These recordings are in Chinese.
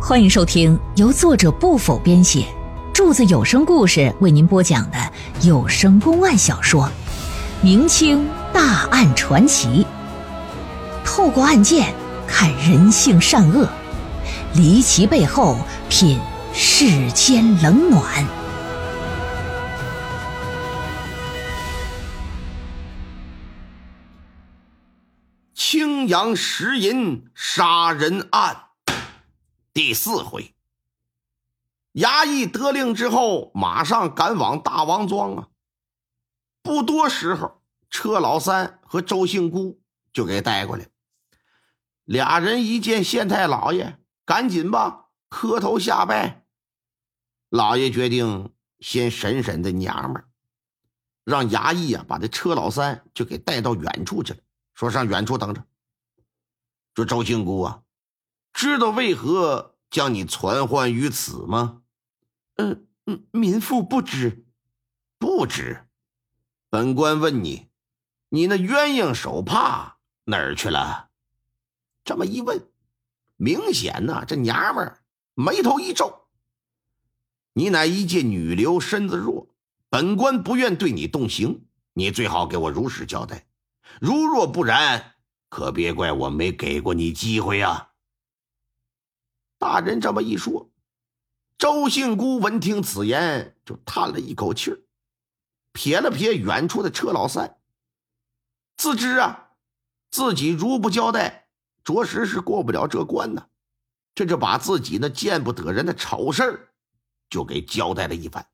欢迎收听由作者不否编写，柱子有声故事为您播讲的有声公案小说《明清大案传奇》，透过案件看人性善恶，离奇背后品世间冷暖。 青阳石银杀人案第4回。衙役得令之后，马上赶往大王庄啊。不多时候，车老三和周姓姑就给带过来。俩人一见县太老爷，赶紧吧磕头下拜。老爷决定先审审这娘们儿，让衙役啊把这车老三就给带到远处去了，说上远处等着。说周姓姑啊，知道为何将你传唤于此吗？ 民妇不知。 不知？本官问你，你那鸳鸯手帕哪儿去了？这么一问，明显呢，这娘们儿眉头一皱。你乃一介女流，身子弱，本官不愿对你动刑，你最好给我如实交代。如若不然，可别怪我没给过你机会啊。大人这么一说，周姓姑闻听此言，就叹了一口气儿，瞥了瞥远处的车老三，自知啊自己如不交代，着实是过不了这关呢。这就把自己那见不得人的丑事儿就给交代了一番。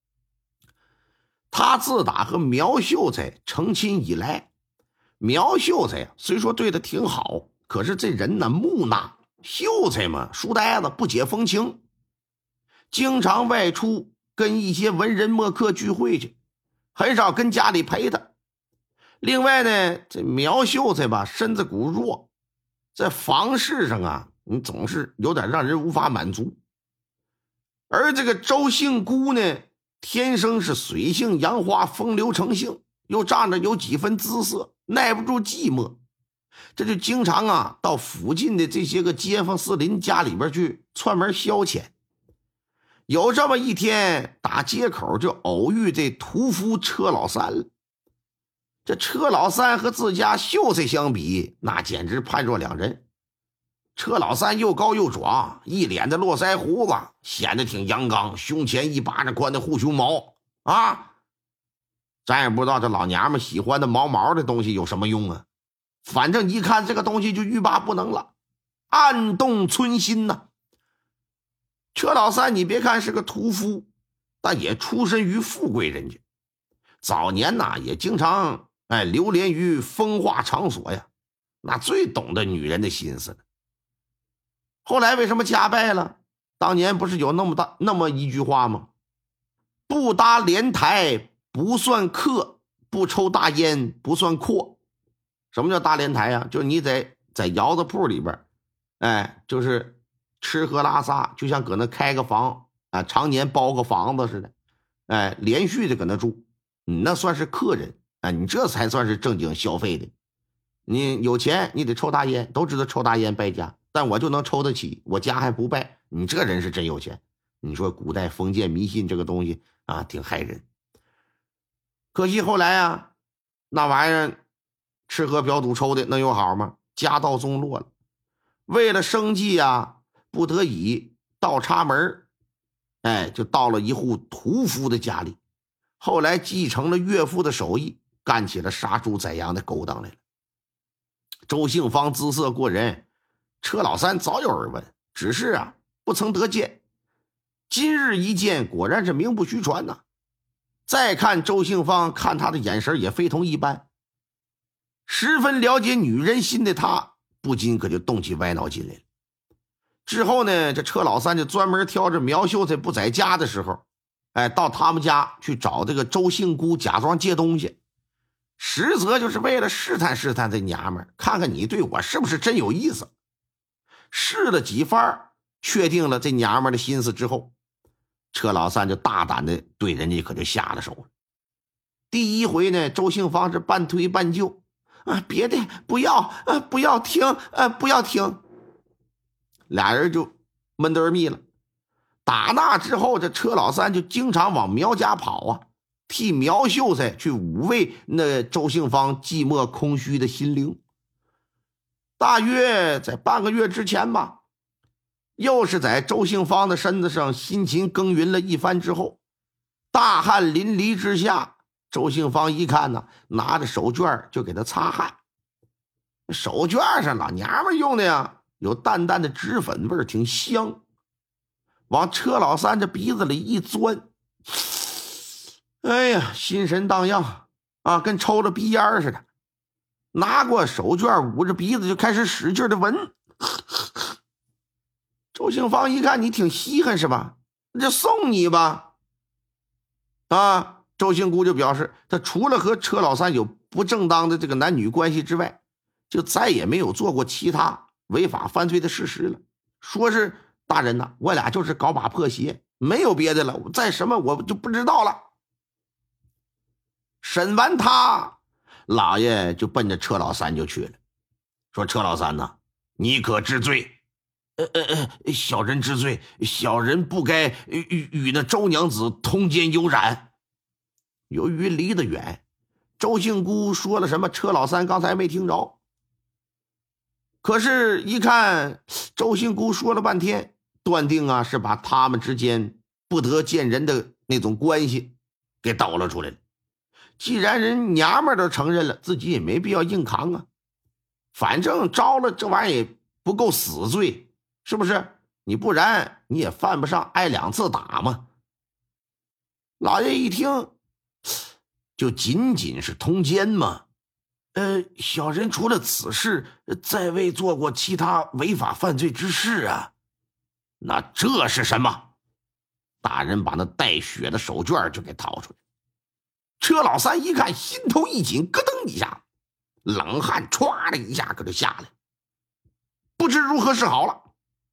他自打和苗秀才成亲以来，苗秀才呀虽说对他挺好，可是这人呢木讷，秀才嘛书呆子，不解风情，经常外出跟一些文人墨客聚会去，很少跟家里陪他。另外呢，这苗秀才吧身子骨弱，在房事上啊你总是有点让人无法满足。而这个周姓姑呢，天生是水性杨花，风流成性，又仗着有几分姿色，耐不住寂寞，这就经常啊到附近的这些个街坊四邻家里边去串门消遣。有这么一天，打街口就偶遇这屠夫车老三了。这车老三和自家秀才相比，那简直判若两人。车老三又高又壮，一脸的络腮胡子，显得挺阳刚，胸前一巴掌宽的护胸毛啊，咱也不知道这老娘们喜欢的毛毛的东西有什么用啊，反正一看这个东西就欲罢不能了，暗动春心呐。车老三你别看是个屠夫，但也出身于富贵人家，早年呐也经常流连于风化场所呀，那最懂得女人的心思了。后来为什么家败了？当年不是有那么一句话吗？不搭莲台不算客，不抽大烟不算阔。什么叫搭莲台啊？就是你在窑子铺里边，就是吃喝拉撒，就像搁那开个房啊，常年包个房子似的，连续的搁那住，你那算是客人啊，你这才算是正经消费的。你有钱你得抽大烟，都知道抽大烟败家，但我就能抽得起，我家还不败，你这人是真有钱。你说古代封建迷信这个东西啊，挺害人。可惜后来啊，那玩意儿吃喝嫖赌抽的能有好吗？家道中落了，为了生计啊，不得已倒插门，就到了一户屠夫的家里。后来继承了岳父的手艺，干起了杀猪宰羊的勾当来了。周姓芳姿色过人，车老三早有耳闻，只是啊不曾得见。今日一见，果然是名不虚传呐。再看周姓芳，看他的眼神也非同一般，十分了解女人心的他，不禁可就动起歪脑筋来了。之后呢，这车老三就专门挑着苗秀才不在家的时候，到他们家去找这个周姓姑假装借东西，实则就是为了试探试探这娘们儿，看看你对我是不是真有意思。试了几番，确定了这娘们儿的心思之后，车老三就大胆的对人家可就下了手了。第一回呢，周姓芳是半推半就，别的不要，不要听，不要听。俩人就闷得儿密了。打那之后，这车老三就经常往苗家跑啊，替苗秀才去抚慰那周杏芳寂寞空虚的心灵。大约在半个月之前吧，又是在周杏芳的身子上辛勤耕耘了一番之后，大汗淋漓之下，周杏芳一看呢，拿着手绢就给他擦汗。手绢上老娘们用的呀，有淡淡的脂粉味儿，挺香。往车老三这鼻子里一钻，哎呀，心神荡漾啊，跟抽了鼻烟似的。拿过手绢捂着鼻子就开始使劲的闻。周杏芳一看你挺稀罕是吧，那就送你吧。啊，周杏姑就表示他除了和车老三有不正当的这个男女关系之外，就再也没有做过其他违法犯罪的事实了。说是大人呐，我俩就是搞把破鞋，没有别的了，再什么我就不知道了。审完他，老爷就奔着车老三就去了，说车老三呐，你可知罪？小人知罪，小人不该与那周娘子通奸有染。由于离得远，周杏姑说了什么车老三刚才没听着，可是一看周杏姑说了半天，断定啊是把他们之间不得见人的那种关系给抖了出来了。既然人娘们都承认了，自己也没必要硬扛啊，反正招了这玩意儿也不够死罪，是不是？你不然你也犯不上挨2次打嘛。老爷一听，就仅仅是通奸嘛。小人除了此事，再未做过其他违法犯罪之事啊。那这是什么？大人把那带血的手绢就给掏出来。车老三一看，心头一紧，咯噔一下，冷汗唰的一下可就下来，不知如何是好了。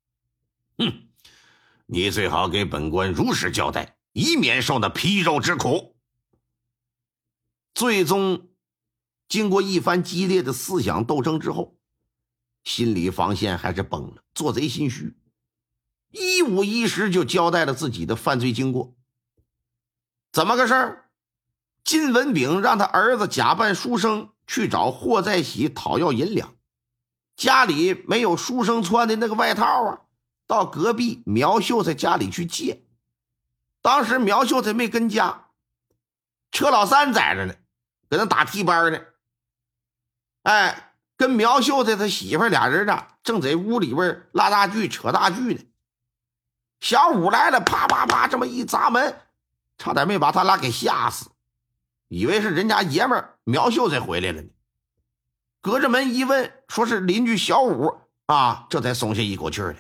你最好给本官如实交代，以免受那皮肉之苦。最终经过一番激烈的思想斗争之后，心理防线还是崩了，做贼心虚，一五一十就交代了自己的犯罪经过。怎么个事儿？金文炳让他儿子假扮书生去找霍在喜讨要银两，家里没有书生穿的那个外套啊，到隔壁苗秀才家里去借。当时苗秀才没跟家，车老三在这呢，跟他打踢班呢。跟苗秀才他媳妇俩人呢，正在屋里边拉大锯扯大锯呢。小五来了，啪啪啪这么一砸门，差点没把他俩给吓死，以为是人家爷们儿苗秀才回来了呢。隔着门一问，说是邻居小五啊，这才松下一口气来。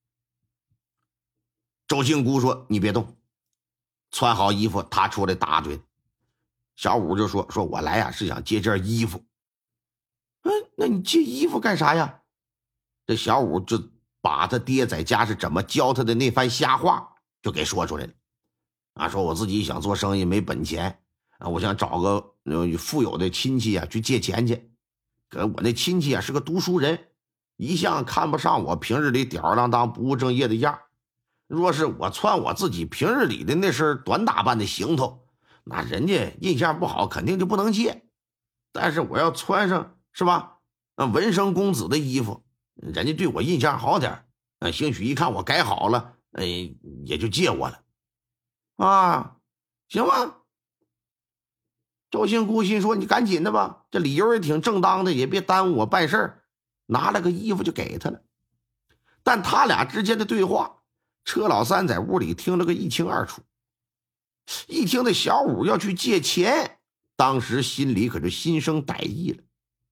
周杏姑说：“你别动。”穿好衣服，他出来打对。小五就说：“我来呀，是想借件衣服。”那你借衣服干啥呀？这小五就把他爹在家是怎么教他的那番瞎话就给说出来了。啊，说我自己想做生意没本钱啊，我想找个富有的亲戚啊去借钱去。可我那亲戚啊是个读书人，一向看不上我平日里吊儿郎当不务正业的样。若是我穿我自己平日里的那身短打扮的行头，那人家印象不好，肯定就不能借。但是我要穿上是吧文生公子的衣服，人家对我印象好点，兴许一看我改好了，也就借我了啊，行吗？周杏姑心说：“你赶紧的吧，这理由也挺正当的，也别耽误我办事儿。”拿了个衣服就给他了。但他俩之间的对话，车老三在屋里听了个一清二楚。一听那小五要去借钱，当时心里可就心生歹意了。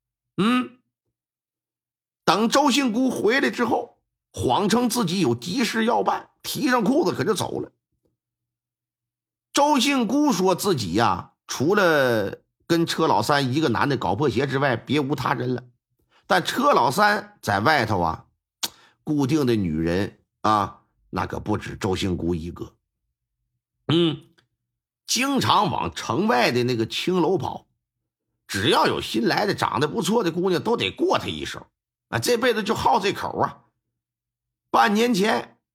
等周杏姑回来之后，谎称自己有急事要办，提上裤子可就走了。周杏姑说自己呀，除了跟车老三一个男的搞破鞋之外，别无他人了。但车老三在外头啊，固定的女人啊，那可不止周杏姑一个。经常往城外的那个青楼跑，只要有新来的长得不错的姑娘，都得过他一手啊，这辈子就好这口啊。半年前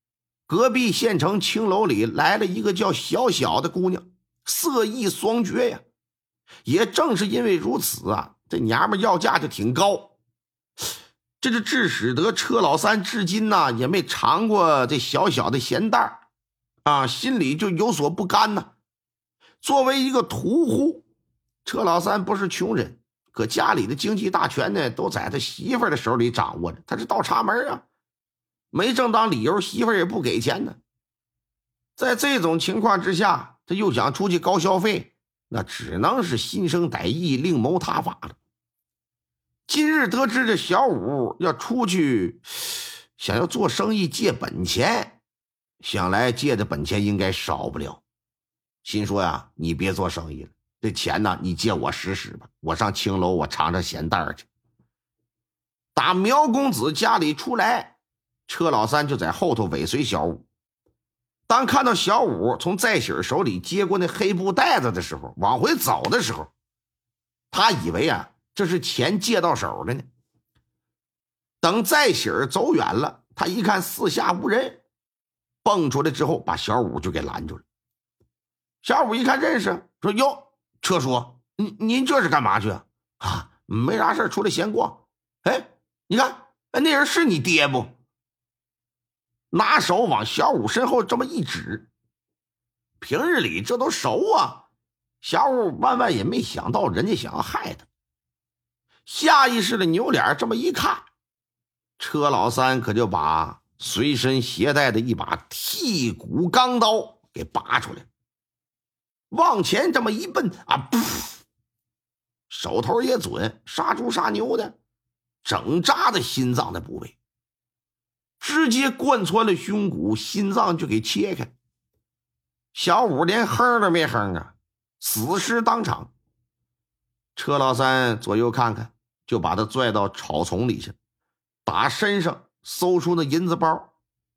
隔壁县城青楼里来了一个叫小小的姑娘，色艺双绝呀。也正是因为如此啊，这娘们要价就挺高。这就致使得车老三至今呢也没尝过这小小的咸淡啊，心里就有所不甘呢。作为一个屠户，车老三不是穷人，可家里的经济大权呢都在他媳妇儿的手里掌握着，他是倒插门啊，没正当理由媳妇儿也不给钱呢。在这种情况之下，他又想出去高消费，那只能是心生歹意，另谋他法了。今日得知这小五要出去想要做生意借本钱，想来借的本钱应该少不了，心说呀，你别做生意了，这钱呢你借我使使吧，我上青楼我尝尝咸淡去。打苗公子家里出来，车老三就在后头尾随小五。当看到小五从在喜儿手里接过那黑布袋子的时候，往回走的时候，他以为啊这是钱借到手了呢。等在喜儿走远了，他一看四下无人，蹦出来之后把小五就给拦住了。小五一看认识，说哟，车叔，您这是干嘛去啊？没啥事出来闲逛。哎，你看那人是你爹不？拿手往小五身后这么一指。平日里这都熟啊，小五万万也没想到人家想要害他，下意识的扭脸这么一看，车老三可就把随身携带的一把剔骨钢刀给拔出来，往前这么一奔啊，噗，手头也准，杀猪杀牛的，整扎的心脏的部位，直接贯穿了胸骨，心脏就给切开。小五连哼都没哼啊，死尸当场。车老三左右看看，就把他拽到草丛里去，打身上搜出那银子包，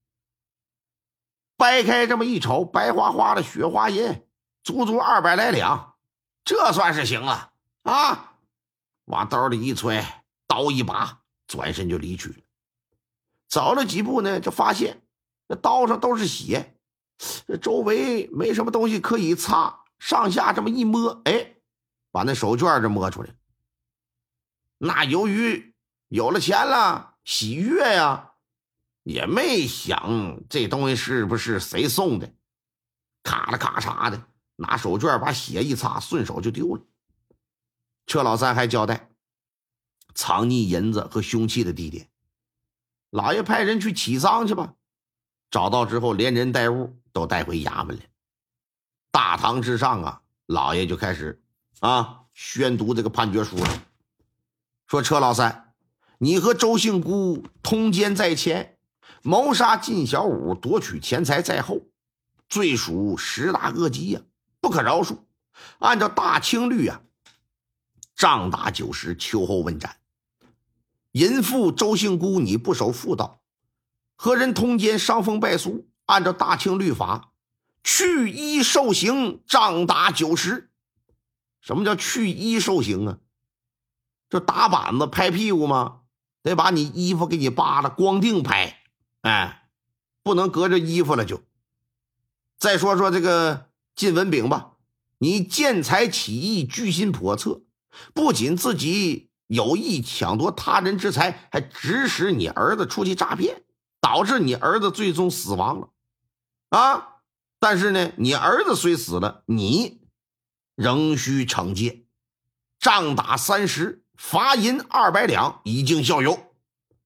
掰开这么一瞅，白花花的雪花银，足足200来两，这算是行了啊！往兜里一揣，刀一拔，转身就离去了。走了几步呢，就发现这刀上都是血，这周围没什么东西可以擦，上下这么一摸，哎，把那手绢就摸出来。那由于有了钱了，喜悦呀，也没想这东西是不是谁送的，咔啦咔嚓的拿手绢把血一擦，顺手就丢了。车老三还交代藏匿银子和凶器的地点，老爷派人去起赃去吧。找到之后，连人带物都带回衙门来。大堂之上啊，老爷就开始宣读这个判决书了。说车老三，你和周姓姑通奸在前，谋杀靳小五，夺取钱财在后，罪属10大恶极呀，不可饶恕。按照大清律啊，杖打90，秋后问斩。淫妇周姓姑你不守妇道，和人通奸，伤风败俗，按照大清律法，去衣受刑，杖打90。什么叫去衣受刑啊？就打板子拍屁股吗？得把你衣服给你扒了，光腚拍，哎，不能隔着衣服了就。再说说这个靳文炳吧，你见财起意，居心叵测，不仅自己有意抢夺他人之财，还指使你儿子出去诈骗，导致你儿子最终死亡了啊！但是呢，你儿子虽死了，你仍需惩戒，杖打30，罚银200两，以儆效尤。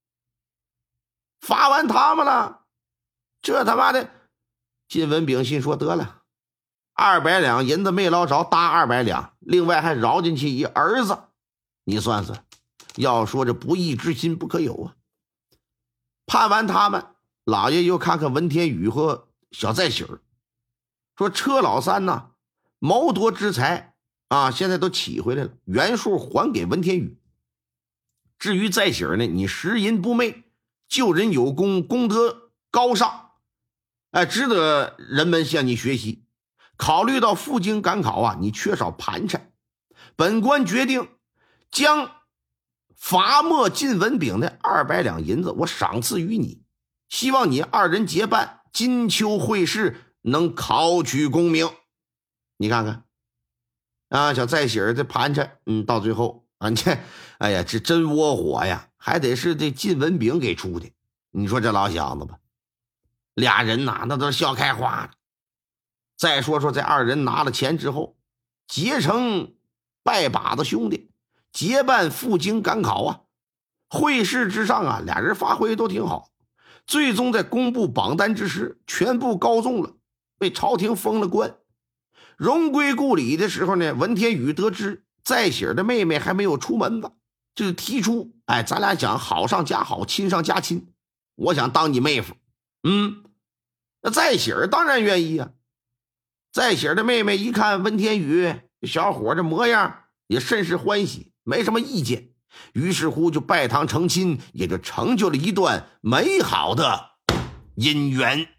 罚完他们了，这他妈的靳文炳心说得了，200两银子没捞着，搭200两，另外还饶进去一儿子，你算算，要说这不义之心不可有啊。判完他们，老爷又看看文天宇和小在喜儿，说车老三呢，谋夺之财啊，现在都起回来了，原数还给文天宇。至于在喜儿呢，你拾银不昧，救人有功，功德高尚，哎，值得人们向你学习。考虑到赴京赶考啊，你缺少盘缠，本官决定将罚没靳文炳的200两银子我赏赐于你，希望你2人结伴金秋会试能考取功名。你看看啊，小在喜儿这盘缠，到最后啊，这哎呀，这真窝火呀，还得是这靳文炳给出的。你说这老小子吧，俩人呐，那都是笑开花了。再说这二人拿了钱之后，结成拜把子兄弟，结伴赴京赶考啊。会试之上啊，俩人发挥都挺好，最终在公布榜单之时全部高中了，被朝廷封了官。荣归故里的时候呢，文天宇得知在喜儿的妹妹还没有出门子，就是提出，哎，咱俩讲好上加好，亲上加亲，我想当你妹夫。那在喜儿当然愿意啊。在喜儿的妹妹一看文天宇小伙这模样，也甚是欢喜，没什么意见，于是乎就拜堂成亲，也就成就了一段美好的姻缘。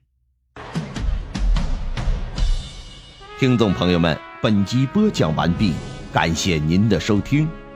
听众朋友们，本集播讲完毕，感谢您的收听。